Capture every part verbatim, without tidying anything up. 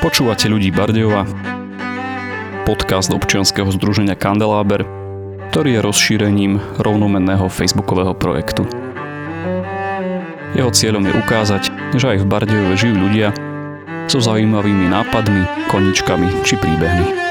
Počúvate Ľudí Bardejova, podcast občianskeho združenia Kandeláber, ktorý je rozšírením rovnomenného facebookového projektu. Jeho cieľom je ukázať, že aj v Bardejove žijú ľudia so zaujímavými nápadmi, koničkami či príbehmi.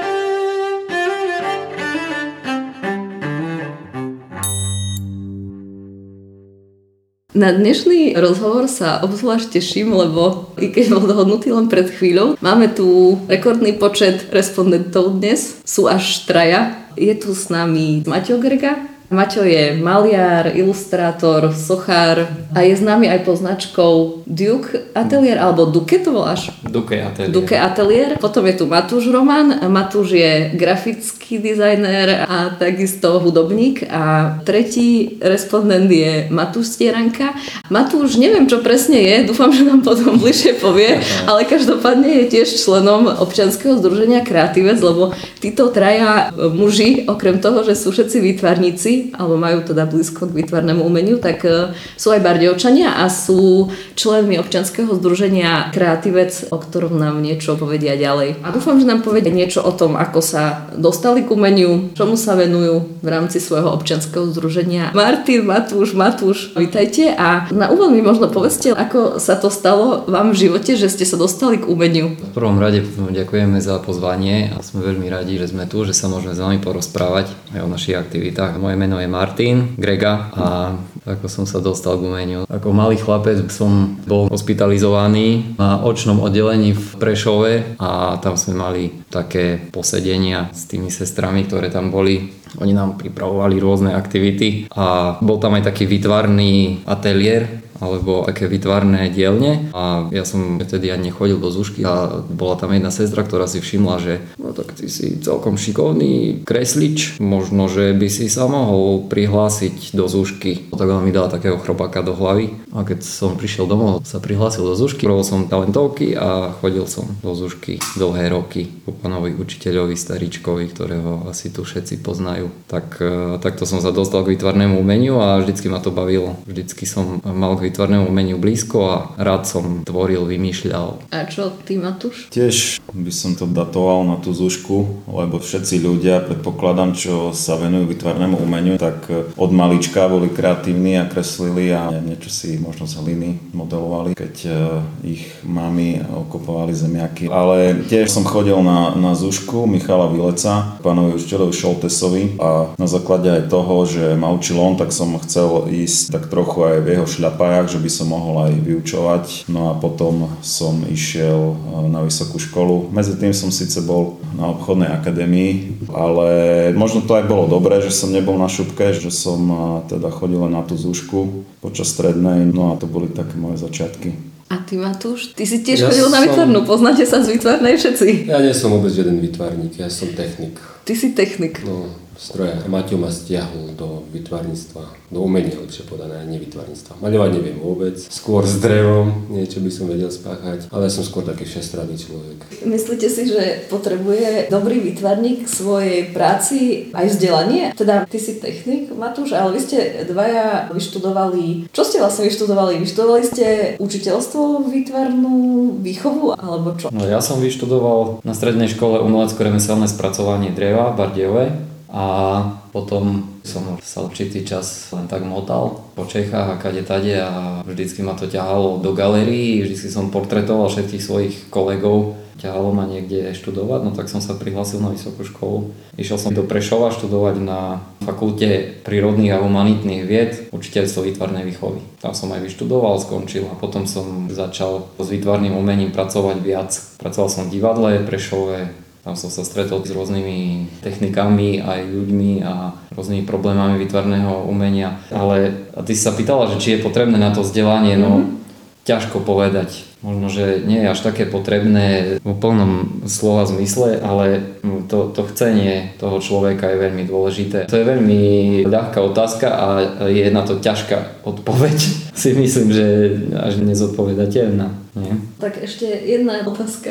Na dnešný rozhovor sa obzvlášť teším, lebo i keď bol dohodnutý len pred chvíľou, máme tu rekordný počet respondentov dnes, sú až traja. Je tu s nami Maťo Grga. Maťo je maliar, ilustrátor, sochár a je známy aj pod značkou Duke Atelier, alebo Duke to voláš? Duke Atelier. Duke Atelier. Potom je tu Matúš Roman. Matúš je grafický dizajner a takisto hudobník. A tretí respondent je Matúš Stieranka. Matúš, neviem, čo presne je, dúfam, že nám potom bližšie povie, ale každopádne je tiež členom občianskeho združenia Kreatívec, lebo títo traja muži, okrem toho, že sú všetci výtvarníci, alebo majú teda blízko k výtvarnému umeniu, tak sú aj Bardejovčania a sú členmi občianskeho združenia Kreatívec, o ktorom nám niečo povedia ďalej. A dúfam, že nám povedia niečo o tom, ako sa dostali k umeniu, čomu sa venujú v rámci svojho občianskeho združenia. Martin, Matúš, Matúš, vitajte a na úvod mi možno povedzte, ako sa to stalo vám v živote, že ste sa dostali k umeniu. V prvom rade ďakujeme za pozvanie a sme veľmi radi, že sme tu, že sa môžeme s vami porozprávať aj o našich aktivitách. Moje meno je Martin Grega a ako som sa dostal k umeniu. Ako malý chlapec som bol hospitalizovaný na očnom oddelení v Prešove a tam sme mali také posedenia s tými sestrami, ktoré tam boli. Oni nám pripravovali rôzne aktivity a bol tam aj taký výtvarný ateliér alebo aké výtvarné dielne a ja som vtedy ani nechodil do zúšky a bola tam jedna sestra, ktorá si všimla, že no tak ty si celkom šikovný kreslič, možno, že by si sa mohol prihlásiť do zúšky. Tak ona mi dala takého chrobáka do hlavy a keď som prišiel domov, sa prihlásil do zúšky, robil som talentovky a chodil som do zúšky dlhé roky ku pánovi učiteľovi Staričkovi, ktorého asi tu všetci poznajú. Tak, takto som sa dostal k výtvarnému umeniu a vždycky ma to bavilo. Vždycky som mal k výtvarnému umeniu blízko a rád som tvoril, vymýšľal. A čo ty, Matúš? Tiež by som to datoval na tú zúšku, lebo všetci ľudia, predpokladám, čo sa venujú výtvarnému umeniu, tak od malička boli kreatívni a kreslili a niečo si možno z hliny modelovali, keď ich mami okopovali zemiaky. Ale tiež som chodil na, na zúšku Michala Vileca, pánovi učiteľovi Šoltesovi a na základe aj toho, že ma učil on, tak som chcel ísť tak trochu aj v jeho šľapajách, že by som mohol aj vyučovať. No a potom som išiel na vysokú školu. Medzi tým som síce bol na obchodnej akadémii, ale možno to aj bolo dobré, že som nebol na šupke, že som teda chodil len na tú zúšku počas strednej. No a to boli také moje začiatky. A ty, Matúš, ty si tiež ja chodil som... na výtvarnú, poznáte sa z výtvarnej všetci? Ja nie som vôbec žiaden výtvarník, ja som technik. Ty si technik. No, strojár. Maťo ma stiahol do výtvarníctva, do umenia, lepšie povedané, nie výtvarníctva. Maľovať neviem vôbec, skôr s drevom, niečo by som vedel spáchať, ale som skôr taký všestranný človek. Myslíte si, že potrebuje dobrý výtvarník k svojej práci aj vzdelanie? Teda ty si technik, Matúš, ale vy ste dvaja vyštudovali, čo ste vlastne vyštudovali? Vyštudovali ste učiteľstvo, výtvarnú výchovu, alebo čo? No ja som vyštudoval na strednej škole umelecko-remeselné spracovanie dreva v Bardejove a potom som sa určitý čas len tak motal po Čechách a kade tade a vždycky ma to ťahalo do galérií, vždycky som portretoval všetkých svojich kolegov, ťahalo ma niekde študovať, no tak som sa prihlásil na vysokú školu. Išiel som do Prešova študovať na fakulte prírodných a humanitných vied učiteľstvo výtvarnej výchovy. Tam som aj vyštudoval, skončil a potom som začal s výtvarným umením pracovať viac. Pracoval som v divadle v Prešove. Tam som sa stretol s rôznymi technikami, aj ľuďmi a rôznymi problémami výtvarného umenia. Ale a ty si sa pýtala, že či je potrebné na to vzdelanie, no mm-hmm. ťažko povedať. Možno, že nie je až také potrebné v plnom slova zmysle, ale to, to chcenie toho človeka je veľmi dôležité. To je veľmi ľahká otázka a je na to ťažká odpoveď. Si myslím, že až nezodpovedateľná. Nie? Tak ešte jedna otázka k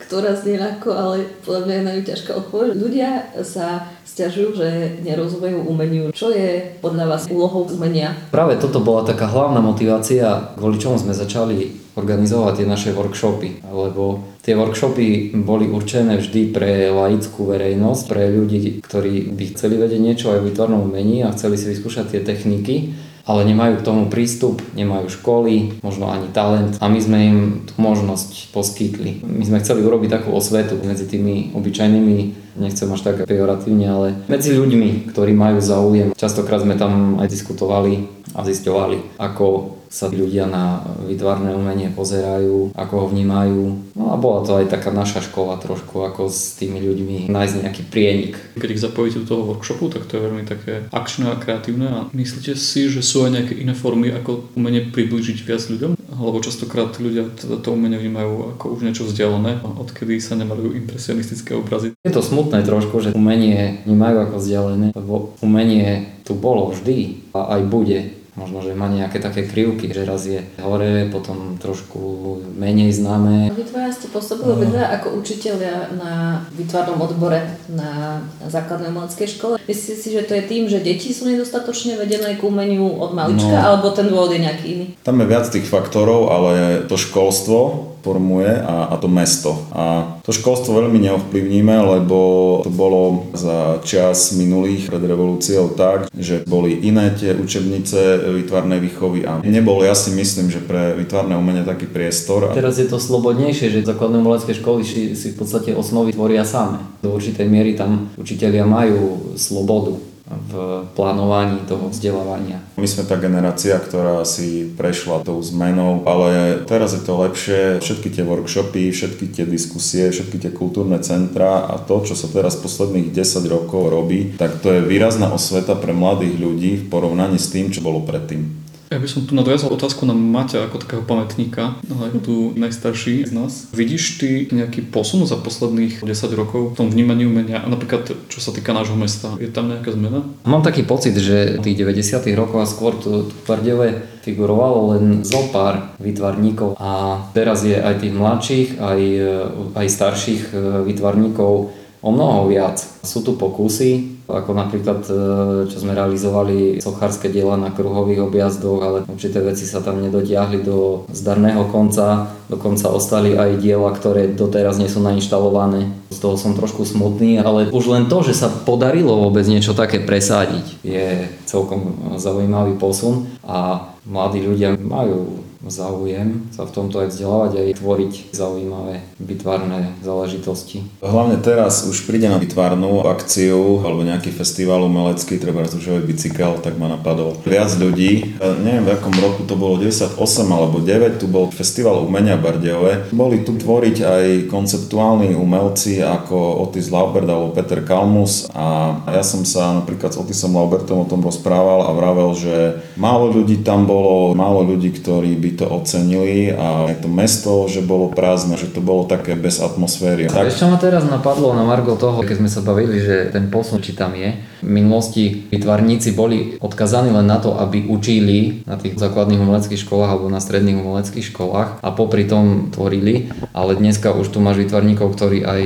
ktorá znie ľahko, ale podľa mňa je na ňu ťažká odpoveď. Ľudia sa sťažujú, že nerozumejú umeniu. Čo je podľa vás úlohou umenia? Práve toto bola taká hlavná motivácia, kvôli čomu sme začali organizovať tie naše workshopy, lebo tie workshopy boli určené vždy pre laickú verejnosť, pre ľudí, ktorí by chceli vedieť niečo aj o výtvarnom umení a chceli si vyskúšať tie techniky, ale nemajú k tomu prístup, nemajú školy, možno ani talent a my sme im tú možnosť poskytli. My sme chceli urobiť takú osvetu medzi tými obyčajnými, nechcem až tak pejoratívne, ale medzi ľuďmi, ktorí majú záujem. Častokrát sme tam aj diskutovali a zisťovali, ako sa ľudia na výtvarné umenie pozerajú, ako ho vnímajú. No a bola to aj taká naša škola trošku, ako s tými ľuďmi nájsť nejaký prienik. Keď ich zapojíte do toho workshopu, tak to je veľmi také akčné a kreatívne. A myslíte si, že sú aj nejaké iné formy, ako umenie priblížiť viac ľuďom? Lebo častokrát ľudia teda to umenie vnímajú ako už niečo vzdialené, odkedy sa nemajú impresionistické obrazy. Je to smutné trošku, že umenie vnímajú ako vzdialené, lebo umenie tu bolo vždy a aj bude. Možno, že má nejaké také krivky, že raz je hore, potom trošku menej známe. Vy tvoja ste pôsobili obidva ako učitelia na výtvarnom odbore na základnej umeleckej škole. Myslíte si, že to je tým, že deti sú nedostatočne vedené k umeniu od malička, no, alebo ten dôvod je nejaký iný? Tam je viac tých faktorov, ale to školstvo formuje a, a to mesto. A to školstvo veľmi neovplyvníme, lebo to bolo za čas minulých pred revolúciou tak, že boli iné tie učebnice výtvarnej výchovy a nebol, ja si myslím, že pre výtvarné umenie taký priestor. Teraz je to slobodnejšie, že základné umelecké školy si v podstate osnovy tvoria same. Do určitej miery tam učitelia majú slobodu v plánovaní toho vzdelávania. My sme tá generácia, ktorá si prešla tou zmenou, ale teraz je to lepšie. Všetky tie workshopy, všetky tie diskusie, všetky tie kultúrne centra a to, čo sa teraz posledných desať rokov robí, tak to je výrazná osveta pre mladých ľudí v porovnaní s tým, čo bolo predtým. Ja by som tu nadviazal otázku na Maťa ako takého pamätníka, ale tu najstarší z nás. Vidíš ty nejaký posun za posledných desať rokov v tom vnímaní umenia? A napríklad, čo sa týka nášho mesta, je tam nejaká zmena? Mám taký pocit, že v tých deväťdesiatych rokoch a skôr tu v Bardejove figurovalo len zo pár výtvarníkov a teraz je aj tých mladších, aj, aj starších výtvarníkov o mnoho viac. Sú tu pokusy, ako napríklad, čo sme realizovali sochárske diela na kruhových objazdoch, ale určité veci sa tam nedotiahli do zdarného konca. Dokonca ostali aj diela, ktoré doteraz nie sú nainštalované. Z toho som trošku smutný, ale už len to, že sa podarilo vôbec niečo také presadiť, je celkom zaujímavý posun a mladí ľudia majú záujem sa v tomto aj vzdelávať a aj tvoriť zaujímavé výtvarné záležitosti. Hlavne teraz už príde na výtvarnú akciu alebo nejaký festival umelecký, treba rozúžovať bicykel, tak ma napadol viac ľudí. Neviem, v akom roku to bolo, deväťdesiatosem alebo deväť, tu bol festival umenia v Bardejove. Boli tu tvoriť aj konceptuálni umelci ako Otis Laubert alebo Peter Kalmus a ja som sa napríklad s Otisom Laubertom o tom rozprával a vravel, že málo ľudí tam bolo, málo ľudí, ktorí by to ocenili a to mesto, že bolo prázdne, že to bolo také bez atmosféry. Tak... Ešte ma teraz napadlo na margo toho, keď sme sa bavili, že ten posun či tam je. V minulosti výtvarníci boli odkazaní len na to, aby učili na tých základných umeleckých školách alebo na stredných umeleckých školách a popri tom tvorili, ale dneska už tu máš výtvarníkov, ktorí aj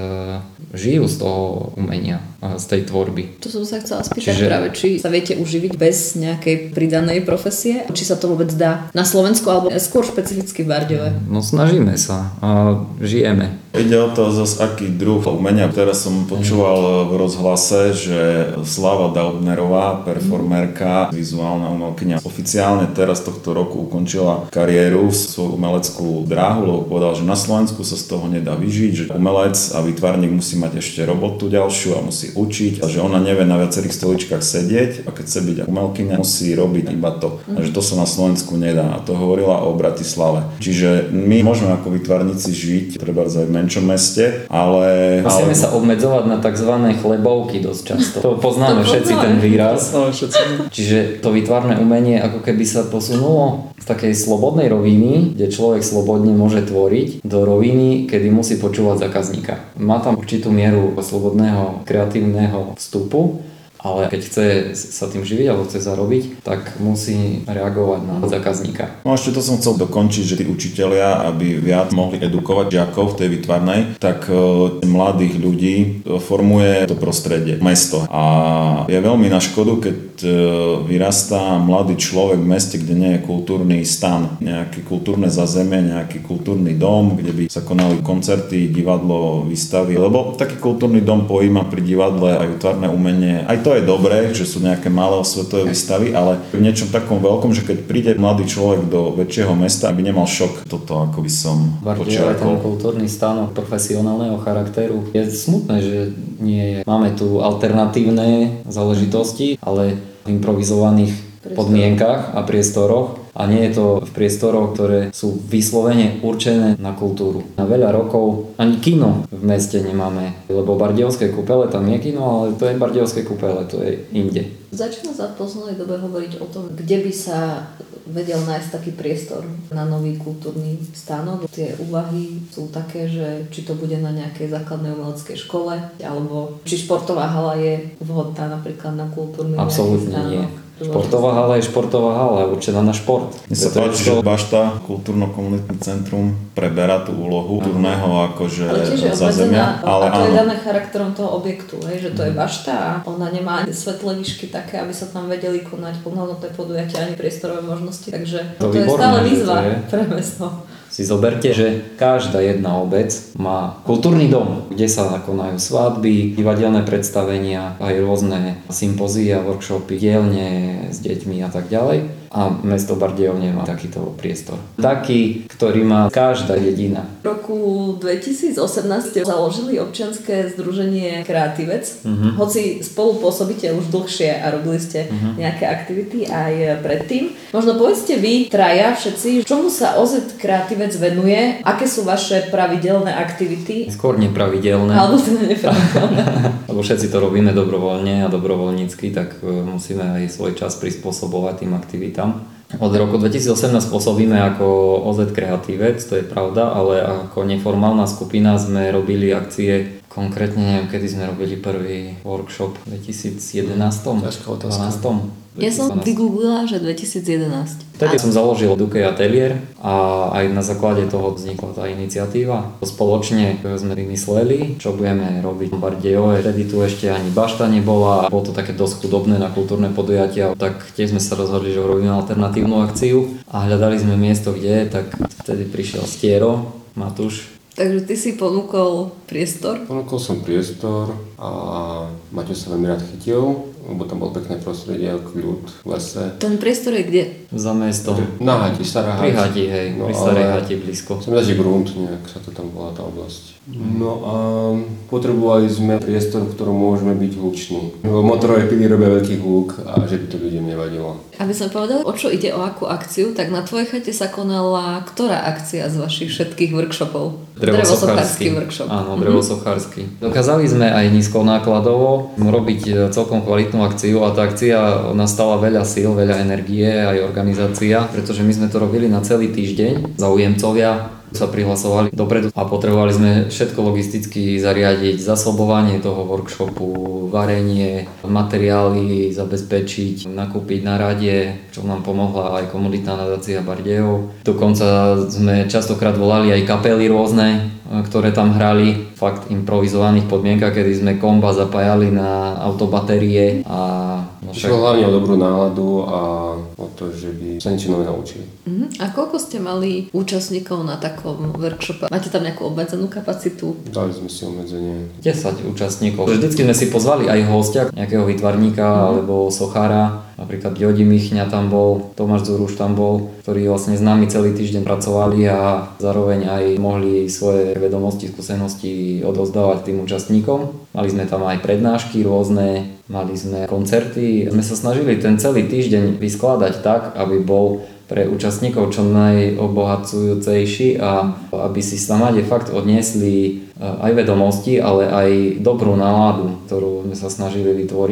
žijú z toho umenia, z tej tvorby. To som sa chcela spýtať Čiže... práve, či sa viete uživiť bez nejakej pridanej profesie, či sa to vôbec dá na Slovensku alebo skôr špecificky v Bardejove. No snažíme sa a žijeme. Ide o to zase aký druh umenia. Teraz som počúval v rozhlase, že Slava Daubnerová, performerka, vizuálna umelkyňa, oficiálne teraz tohto roku ukončila kariéru, svoju umeleckú dráhu, lebo povedal, že na Slovensku sa z toho nedá vyžiť, že umelec a výtvarník musí mať ešte robotu ďalšiu a musí učiť a že ona nevie na viacerých stoličkách sedieť a keď chce byť umelkyňa, musí robiť iba to. A že to sa na Slovensku nedá. A to hovorila o Bratislave. Čiže my môžeme ako výtvarníci žiť, treba aj v menšom meste, ale... Musíme ale... sa obmedzovať na tzv. Chlebovky dosť často. To poznáme to všetci ten výraz. Čiže to výtvarné umenie ako keby sa posunulo z takej slobodnej roviny, kde človek slobodne môže tvoriť, do roviny, kedy musí počúvať zákazníka. Má tam určitú mieru slobodného kreatívneho vstupu, ale keď chce sa tým živiť alebo chce zarobiť, tak musí reagovať na zákazníka. No ešte to som chcel dokončiť, že tí učitelia, aby viac mohli edukovať žiakov v tej výtvarnej, tak mladých ľudí formuje to prostredie, mesto. A je veľmi na škodu, keď vyrastá mladý človek v meste, kde nie je kultúrny stan, nejaké kultúrne zázemie, nejaký kultúrny dom, kde by sa konali koncerty, divadlo, výstavy, lebo taký kultúrny dom pojíma pri divadle aj výtvarné umenie. Aj to je dobré, že sú nejaké malé osvetové výstavy, ale v niečom takom veľkom, že keď príde mladý človek do väčšieho mesta, aby nemal šok, toto ako by som počiarkol. Ten kultúrny stánok profesionálneho charakteru je smutné, že nie je. Máme tu alternatívne záležitosti, ale v improvizovaných Priestor. podmienkach a priestoroch. A nie je to v priestoroch, ktoré sú vyslovene určené na kultúru. Na veľa rokov ani kino v meste nemáme, lebo Bardejovské kúpele tam je kino, ale to je Bardejovské kúpele, to je inde. Začína sa v poslednej dobe hovoriť o tom, kde by sa vedel nájsť taký priestor na nový kultúrny stánok. Tie úvahy sú také, že či to bude na nejakej základnej umeleckej škole, alebo či športová hala je vhodná napríklad na kultúrny stánok. Absolútne nie. Športová hala je športová hala, určená na šport. Mne sa páči, že Bašta, kultúrno-komunitný centrum, preberá tú úlohu kultúrneho akože zázemia. Ale a to je dané charakterom toho objektu, hej, že to je Bašta a ona nemá ani svetlé výšky také, aby sa tam vedeli konať plnohodnotné podujatia ani priestorové možnosti, takže to, to je stále výzva je. pre mesto. Si zoberte, že každá jedna obec má kultúrny dom, kde sa konajú svadby, divadelné predstavenia, aj rôzne sympozia, workshopy, dielne s deťmi a tak ďalej. A mesto Bardejov nemá takýto priestor. Taký, ktorý má každá dedina. V roku dvetisícosemnásť založili občianske združenie Kreatívec. Uh-huh. Hoci spolu pôsobíte už dlhšie a robili ste uh-huh. nejaké aktivity aj predtým. Možno povedzte vy, traja všetci, čomu sa ó zet Kreatívec venuje? Aké sú vaše pravidelné aktivity? Skôr nepravidelné. Alebo teda nepravidelné. Lebo všetci to robíme dobrovoľne a dobrovoľnícky, tak musíme aj svoj čas prispôsobovať tým aktivitám. Od roku dvetisícosemnásť pôsobíme ako ó zet Kreatívec, to je pravda, ale ako neformálna skupina sme robili akcie, konkrétne neviem, kedy sme robili prvý workshop v dvetisícjedenásť. dvanásť. Ja som vygooglila, že dvetisícjedenásť. Vtedy som založil Dukej ateliér a aj na základe toho vznikla tá iniciatíva. Spoločne sme vymysleli, čo budeme robiť v Bardejove. Vtedy tu ešte ani Bašta nebola, bolo to také dosť chudobné na kultúrne podujatia, tak tiež sme sa rozhodli, že robíme alternatívnu akciu a hľadali sme miesto, kde, tak vtedy prišiel Stiero, Matúš. Takže ty si ponúkol priestor? Ponúkol som priestor a Maťo sa veľmi rád chytil, lebo tam bol pekné prostredie, kľud v lese. Ten priestor je kde? Za mestom. Na Hati, Stará Hati. Pri Hati, hej, no, pri Starej Hati blízko. Som že Grunt, nejak sa to tam volá tá oblasť. No a potrebovali sme priestor, v ktorom môžeme byť hluční. Lebo motorové pily robia veľký hluk a že by to ľuďom nevadilo. Aby som povedal, o čo ide, o akú akciu, tak na tvojej chate sa konala ktorá akcia z vašich všetkých workshopov? Drevosochársky workshop. Áno, drevosochársky. Mm-hmm. Dokázali sme aj nízkonákladovo robiť celkom kvalitnú akciu a tá akcia nastala veľa síl, veľa energie, aj organizácia, pretože my sme to robili na celý týždeň. Záujemcovia sa prihlasovali dopredu a potrebovali sme všetko logisticky zariadiť, zásobovanie toho workshopu, varenie, materiály zabezpečiť, nakúpiť na rade, čo nám pomohla aj komunitná nadácia Bardejov. Dokonca sme častokrát volali aj kapely rôzne, ktoré tam hrali v fakt improvizovaných podmienkach, kedy sme komba zapájali na autobatérie a... No však... Išlo hlavne o dobrú náladu a o to, že by sa niečo nové naučili. Uh-huh. A koľko ste mali účastníkov na takom workshope? Máte tam nejakú obmedzenú kapacitu? Dali sme si obmedzenie. desať účastníkov. Vždycky sme si pozvali aj hostia, nejakého výtvarníka uh-huh. alebo sochára. Napríklad Jodi Michňa tam bol, Tomáš Zuruš tam bol, ktorí vlastne s nami celý týždeň pracovali a zároveň aj mohli svoje vedomosti, skúsenosti odovzdávať tým účastníkom. Mali sme tam aj prednášky rôzne, mali sme koncerty. Sme sa snažili ten celý týždeň vyskladať tak, aby bol pre účastníkov čo najobohacujúcejší a aby si snáď fakt odniesli aj vedomosti, ale aj dobrú náladu, ktorú sme sa snažili vytvoriť.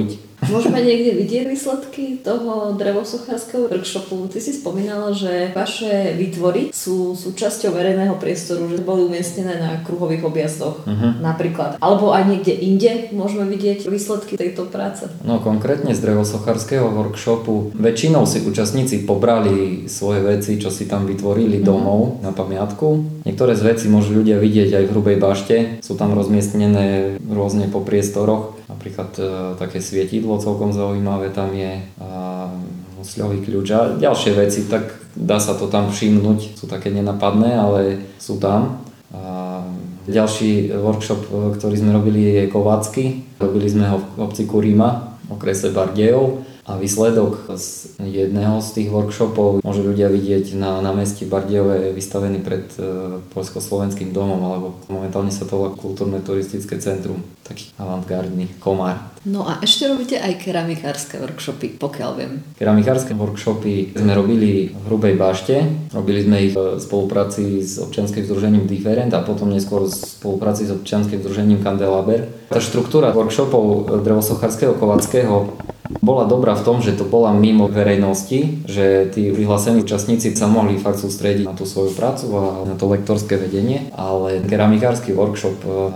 Môžeme niekde vidieť výsledky toho drevosochárskeho workshopu? Ty si spomínala, že vaše výtvory sú súčasťou verejného priestoru, že boli umiestnené na kruhových objazdoch uh-huh. napríklad. Alebo aj niekde inde môžeme vidieť výsledky tejto práce? No konkrétne z drevosochárskeho workshopu väčšinou si účastníci pobrali svoje veci, čo si tam vytvorili uh-huh. domov na pamiatku. Niektoré z vecí môžu ľudia vidieť aj v Hrubej Bašte. Sú tam rozmiestnené rôzne po priestoroch. Napríklad e, také svietidlo celkom zaujímavé tam je. A husľový kľúč a ďalšie veci, tak dá sa to tam všimnúť. Sú také nenapadné, ale sú tam. A ďalší workshop, ktorý sme robili, je kovácky. Robili sme ho v obci Kuríma, okrese Bardejov. A výsledok z jedného z tých workshopov môžu ľudia vidieť na námestí Bardejove vystavený pred e, Poľsko-slovenským domom, alebo momentálne sa to volá kultúrne-turistické centrum, taký avantgardný Komár. No a ešte robíte aj keramikárske workshopy, pokiaľ viem. Keramikárske workshopy sme robili v Hrubej Bašte, robili sme ich v spolupráci s občianskym združením Different a potom neskôr v spolupráci s občianskym združením Kandelaber. Tá štruktúra workshopov drevosochárskeho kováckého bola dobrá v tom, že to bola mimo verejnosti, že tí prihlásení účastníci sa mohli fakt sústrediť na tú svoju prácu a na to lektorské vedenie, ale keramikársky workshop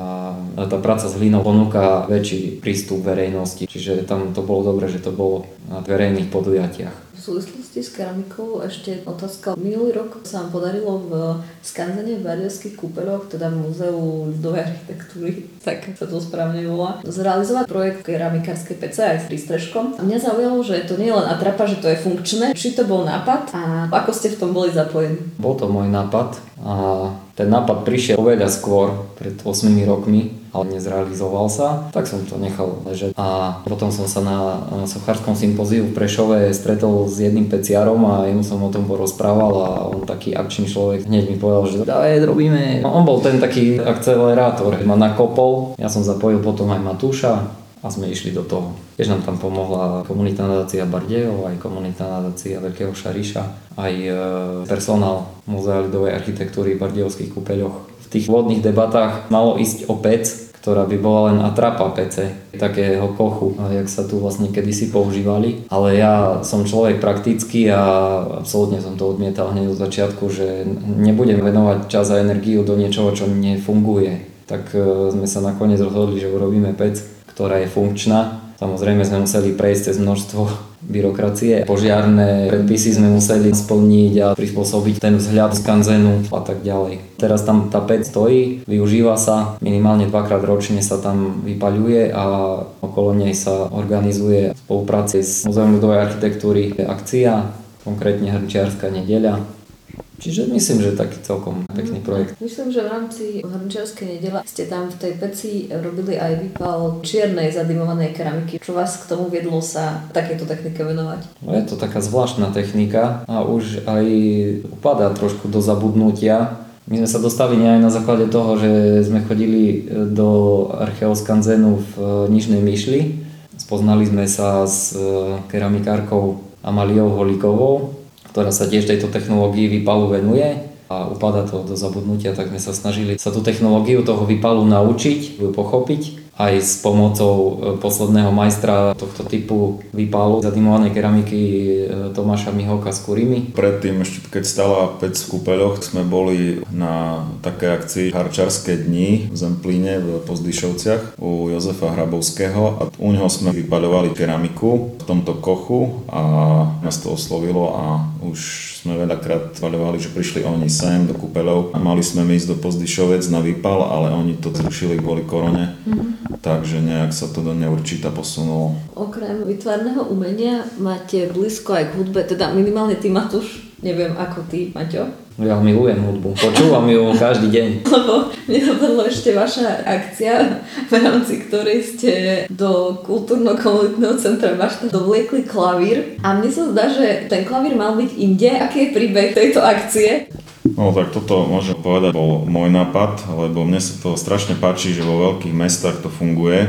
a tá práca s hlinou ponúka väčší prístup verejnosti, čiže tam to bolo dobré, že to bolo na verejných podujatiach. V súvislosti s keramikou ešte otázka. Minulý rok sa vám podarilo v Skanzene v Bardejovských kúpeľoch, teda v Múzeu ľudovej architektúry, tak sa to správne volá, zrealizovať projekt keramikárskej pece aj s prístrežkom. A mňa zaujalo, že to nie je len atrapa, že to je funkčné. Či to bol nápad a ako ste v tom boli zapojení? Bol to môj nápad a ten nápad prišiel oveľa skôr, pred ôsmimi rokmi, ale nezrealizoval sa, tak som to nechal ležať. A potom som sa na sochárskom sympóziu v Prešove stretol s jedným peciarom a jemu som o tom porozprával a on taký akčný človek hneď mi povedal, že daj, robíme. No, on bol ten taký akcelerátor, ma nakopol, ja som zapojil potom aj Matúša a sme išli do toho. Tiež nám tam pomohla komunitná nadácia Bardejov, aj komunitná nadácia Veľkého Šariša, aj e, personál Múzea ľudovej architektúry v Bardejovských kúpeľoch. V tých vodných debatách malo ísť o pec, ktorá by bola len atrapa pece, takého kochu, jak sa tu vlastne kedysi používali. Ale ja som človek praktický a absolútne som to odmietal hneď od začiatku, že nebudem venovať čas a energiu do niečoho, čo nefunguje. Tak e, sme sa nakoniec rozhodli, že urobíme pec, ktorá je funkčná. Samozrejme sme museli prejsť cez množstvo byrokracie. Požiarne predpisy sme museli splniť a prispôsobiť ten vzhľad skanzenu a tak ďalej. Teraz tam tá pec stojí, využíva sa, minimálne dvakrát ročne sa tam vypaľuje a okolo nej sa organizuje v spolupráci s Múzeom ľudovej architektúry akcia, konkrétne Hrnčiarska nedeľa. Čiže myslím, že taký celkom pekný projekt. Myslím, že v rámci Hrnčiarskej nedele ste tam v tej peci robili aj výpal čiernej zadimovanej keramiky. Čo vás k tomu viedlo sa takéto technike venovať? No je to taká zvláštna technika a už aj upadá trošku do zabudnutia. My sme sa dostavili aj na základe toho, že sme chodili do Archeoskanzenu v Nižnej Myšli. Spoznali sme sa s keramikárkou Amaliou Holíkovou, ktorá sa tiež tejto technológii výpalu venuje a upadá to do zabudnutia, tak sme sa snažili sa tú technológiu toho výpalu naučiť, ju pochopiť aj s pomocou posledného majstra tohto typu výpalu zadimovanej keramiky Tomáša Miholka z Kurimy. Predtým, ešte keď stala pec v kúpeľoch, sme boli na také akcii Harčarské dni v Zemplíne v Pozdyšovciach u Jozefa Hrabovského a u neho sme vypaľovali keramiku v tomto kochu a nás to oslovilo a už sme veľakrát vypaľovali, že prišli oni sem do kúpeľov a mali sme ísť do Pozdyšovec na výpal, ale oni to zrušili kvôli korone. Mm-hmm. Takže nejak sa to do neurčita posunulo. Okrem výtvarného umenia máte blízko aj k hudbe, teda minimálne ty, Matúš, neviem ako ty, Maťo. Ja milujem hudbu, počúvam ju každý deň. Lebo mne napadlo ešte vaša akcia, v rámci ktorej ste do kultúrno-komunitného centra Bašta dovliekli klavír a mne sa zdá, že ten klavír mal byť inde. Aký je príbeh tejto akcie? No tak toto môžem povedať, bol môj nápad, lebo mne sa to strašne páči, že vo veľkých mestách to funguje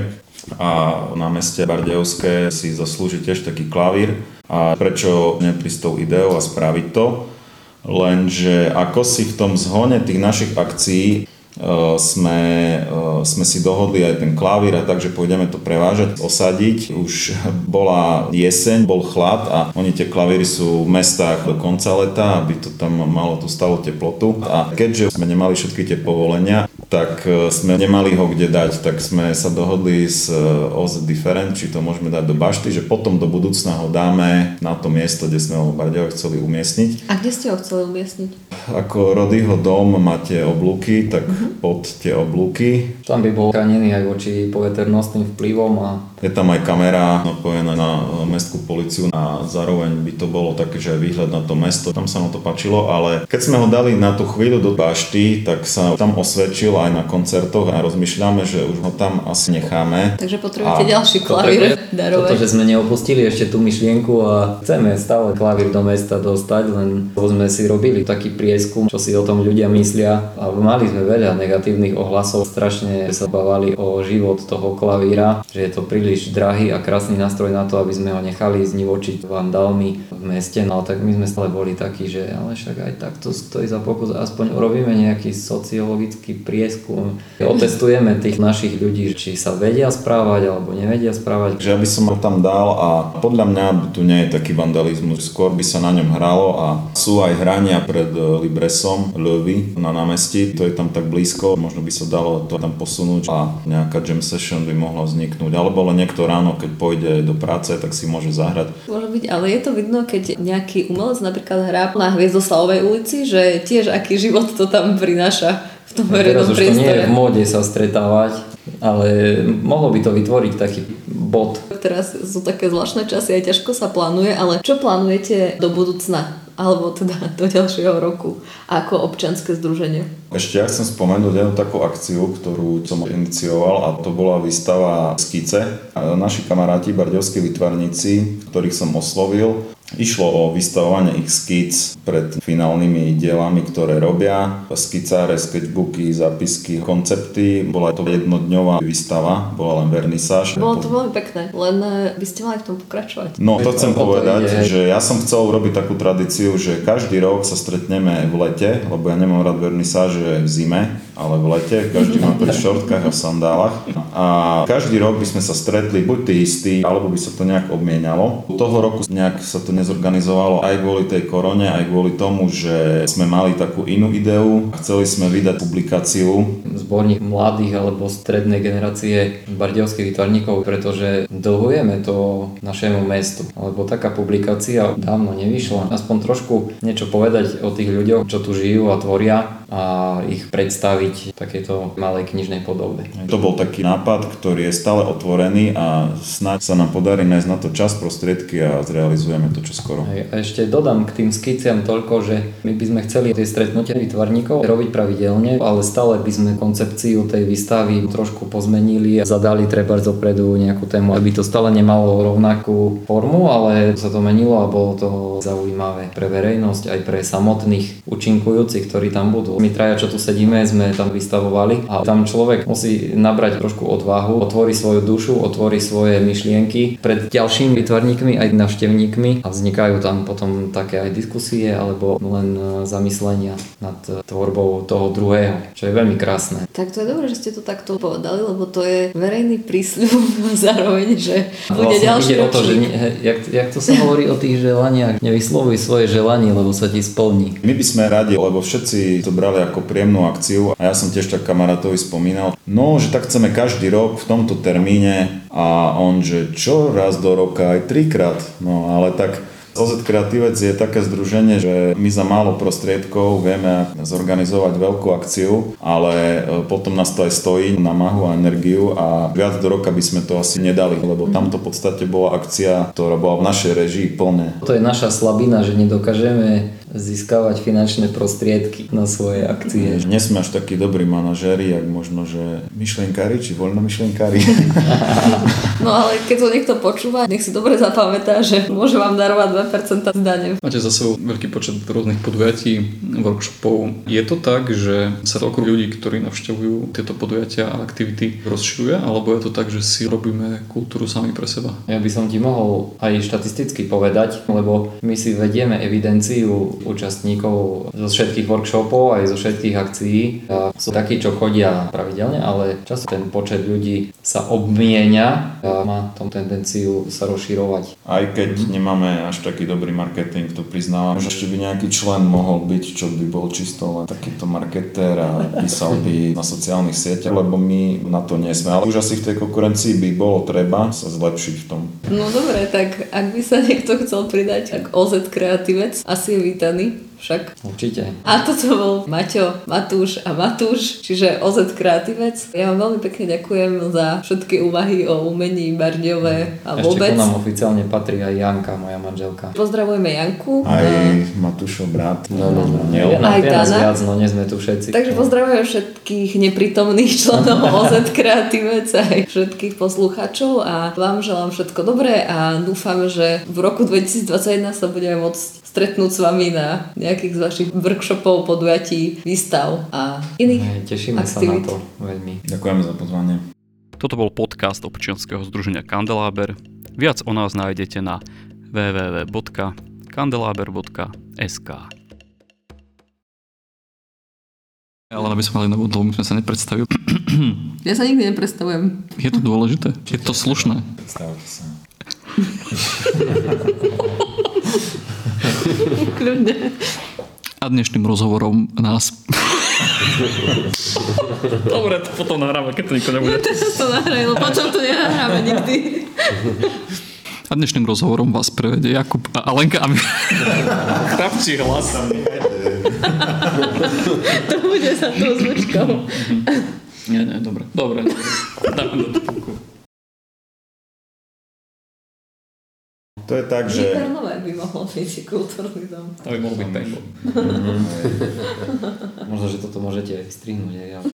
a na meste Bardejovské si zaslúži tiež taký klavír a prečo neprísť tou ideou a spraviť to, lenže ako si v tom zhone tých našich akcií sme, sme si dohodli aj ten klavír a takže pôjdeme to prevážať, osadiť. Už bola jeseň, bol chlad a oni tie klavíry sú v mestách do konca leta, aby to tam malo tú stálu teplotu. A keďže sme nemali všetky tie povolenia, tak sme nemali ho kde dať, tak sme sa dohodli s ó zet Different, či to môžeme dať do bašty, že potom do budúcna ho dáme na to miesto, kde sme ho v Bardejove chceli umiestniť. A kde ste ho chceli umiestniť? Ako Rodyho dom máte oblúky, tak uh-huh. pod tie oblúky. Tam by bol chránený aj voči poveternostným vplyvom a je tam aj kamera napojená na mestskú políciu a zároveň by to bolo také, že aj výhľad na to mesto. Tam sa nám to páčilo, ale keď sme ho dali na tú chvíľu do bašty, tak sa tam osvedčil aj na koncertoch a rozmýšľame, že už ho tam asi necháme. Takže potrebujete a ďalší klavír darovať. Toto, že sme neopustili ešte tú myšlienku a chceme stále klavír do mesta dostať, len sme si robili taký prieskum, čo si o tom ľudia myslia a mali sme veľa negatívnych ohlasov. Strašne sa bavali o život toho klavíra, že je to príliš drahý a krásny nástroj na to, aby sme ho nechali znivočiť vandalmi v meste. No tak my sme stále boli takí, že ale však aj tak to stojí za pokus, aspoň urobíme nejaký sociologický prieskum. Otestujeme tých našich ľudí, či sa vedia správať alebo nevedia správať. Že ja by som ho tam dal a podľa mňa tu nie je taký vandalizmus, skôr by sa na ňom hralo a sú aj hrania pred Libresom Löwy na námestí, to je tam tak blízko, možno by sa dalo to tam posunúť a nejaká jam session by mohla vzniknúť, alebo len niekto ráno, keď pôjde do práce, tak si môže zahrať. Môže byť, ale je to vidno, keď nejaký umelec napríklad hrá na Hviezdoslavovej ulici, že tiež aký život to tam prináša v tom verejnom priestore. Teraz už to nie je v móde sa stretávať, ale mohlo by to vytvoriť taký bod. Teraz sú také zvláštne časy a ťažko sa plánuje, ale čo plánujete do budúcna? Alebo teda do ďalšieho roku ako občianske združenie? Ešte ja chcem spomenúť jednu takú akciu, ktorú som inicioval a to bola výstava skice. Naši kamaráti, bardejovskí výtvarníci, ktorých som oslovil, išlo o vystavovanie ich skic pred finálnymi dielami, ktoré robia. Skicáre, sketchbooky, zápisky, koncepty. Bola to jednodňová výstava, bola len vernisáž. Bolo to veľmi pekné, len by ste mali v tom pokračovať. No to chcem povedať, že ja som chcel urobiť takú tradíciu, že každý rok sa stretneme v lete, lebo ja nemám rád vernisáže v zime, ale v lete. Každý má pri šortkách a v sandálach. A každý rok by sme sa stretli, buď tí istí, alebo by sa to nejak obmienialo. Toho roku nejak sa to nezorganizovalo aj kvôli tej korone, aj kvôli tomu, že sme mali takú inú ideu a chceli sme vydať publikáciu. Zborník mladých alebo strednej generácie bardejovských výtvarníkov, pretože dlhujeme to našemu mestu. Lebo taká publikácia dávno nevyšla. Aspoň trošku niečo povedať o tých ľuďoch, čo tu žijú a tvoria a ich predstaviť v takejto malej knižnej podobe. To bol taký nápad, ktorý je stále otvorený a snáď sa nám podarí nájsť na to čas, prostriedky a zrealizujeme to čoskoro. A ešte dodám k tým skiciam toľko, že my by sme chceli tie stretnutia výtvarníkov robiť pravidelne, ale stále by sme koncepciu tej výstavy trošku pozmenili a zadali treba dopredu nejakú tému, aby to stále nemalo rovnakú formu, ale sa to menilo a bolo to zaujímavé pre verejnosť aj pre samotných účinkujúcich, ktorí tam budú. My traja, čo tu sedíme, sme tam vystavovali a tam človek musí nabrať trošku odvahu, otvorí svoju dušu, otvorí svoje myšlienky pred ďalšími výtvarníkmi aj návštevníkmi a vznikajú tam potom také aj diskusie alebo len zamyslenia nad tvorbou toho druhého, čo je veľmi krásne. Tak to je dobré, že ste to takto povedali, lebo to je verejný prísľub zároveň, že bude vlastne ďalší ide o to, že ne, jak, jak to sa hovorí o tých želaniach, nevyslovuj svoje želanie, lebo sa ti splní. My by sme radi, lebo všetci to brali ako príjemnú akciu a ja som tiež tak kamarátovi spomínal, no, že tak chceme každý rok v tomto termíne a on, že čo raz do roka aj trikrát, no ale tak ó zet Kreatívec je také združenie, že my za málo prostriedkov vieme zorganizovať veľkú akciu, ale potom nás to aj stojí námahu a energiu a viac do roka by sme to asi nedali, lebo tamto v podstate bola akcia, ktorá bola v našej režii plne. To je naša slabina, že nedokážeme získavať finančné prostriedky na svoje akcie. Nie sme až takí dobrí manažéri, jak možno, že myšlienkári, či voľnomyšlienkári. No ale keď to niekto počúva, nech si dobre zapamätá, že môže vám darovať dva percentá z dane. Máte za sebou veľký počet rôznych podujatí, workshopov. Je to tak, že sa okruh ľudí, ktorí navštevujú tieto podujatia a aktivity rozširuje, alebo je to tak, že si robíme kultúru sami pre seba? Ja by som ti mohol aj štatisticky povedať, lebo my si vedieme evidenciu účastníkov zo všetkých workshopov aj zo všetkých akcií. A sú takí, čo chodia pravidelne, ale často ten počet ľudí sa obmienia a má tom tendenciu sa rozširovať. Aj keď nemáme až taký dobrý marketing, to priznávam, že ešte by nejaký člen mohol byť, čo by bol čisto len takýto marketér a písal by na sociálnych sieťach, lebo my na to nie sme. Ale už asi v tej konkurencii by bolo treba sa zlepšiť v tom. No dobre, tak ak by sa niekto chcel pridať, tak ó zet Kreatívec asi je vítaný. Však. Určite. A toto bol Maťo, Matúš a Matúš, čiže ó zet Kreatívec. Ja vám veľmi pekne ďakujem za všetky úvahy o umení Bardejove a Ešte vôbec. Ešte ku nám oficiálne patrí aj Janka, moja manželka. Pozdravujeme Janku. Aj Matúšov brat. No, no, no. Nie, Je nás, Aj je nás Dana. viac, no nie sme tu všetci. Takže pozdravujem všetkých neprítomných členov ó zet Kreatívec aj všetkých poslucháčov a vám želám všetko dobré a dúfam, že v roku dvetisícdvadsaťjeden sa budeme môcť stretnúť s vami na nejakých z vašich workshopov, podujatí, výstav a iných Aj, tešíme aktivít. sa na to veľmi. Ďakujeme za pozvanie. Toto bol podcast občianskeho združenia Kandeláber. Viac o nás nájdete na w w w bodka kandelaber bodka es ká. Ale aby sme mali novú dlhu, my sme sa nepredstavili. Ja sa nikdy nepredstavujem. Je to dôležité? Je to slušné? Predstavte sa. Kľudne. A dnešným rozhovorom nás... Dobre, to potom nahráme, keď to nikto nebude. To nahraj, no potom to nenahráme nikdy. A dnešným rozhovorom vás prevedie Jakub a Alenka a my... Chrapčí hlas. To bude za tou zvučkou. Nie, nie, dobre. Dobre. Dáme do titulku. To je tak, že... Vypernovák by mohol byť kultúrny dom. To by mohol byť paintball. Možno, že toto môžete aj vystrihnúť. Aj, ale...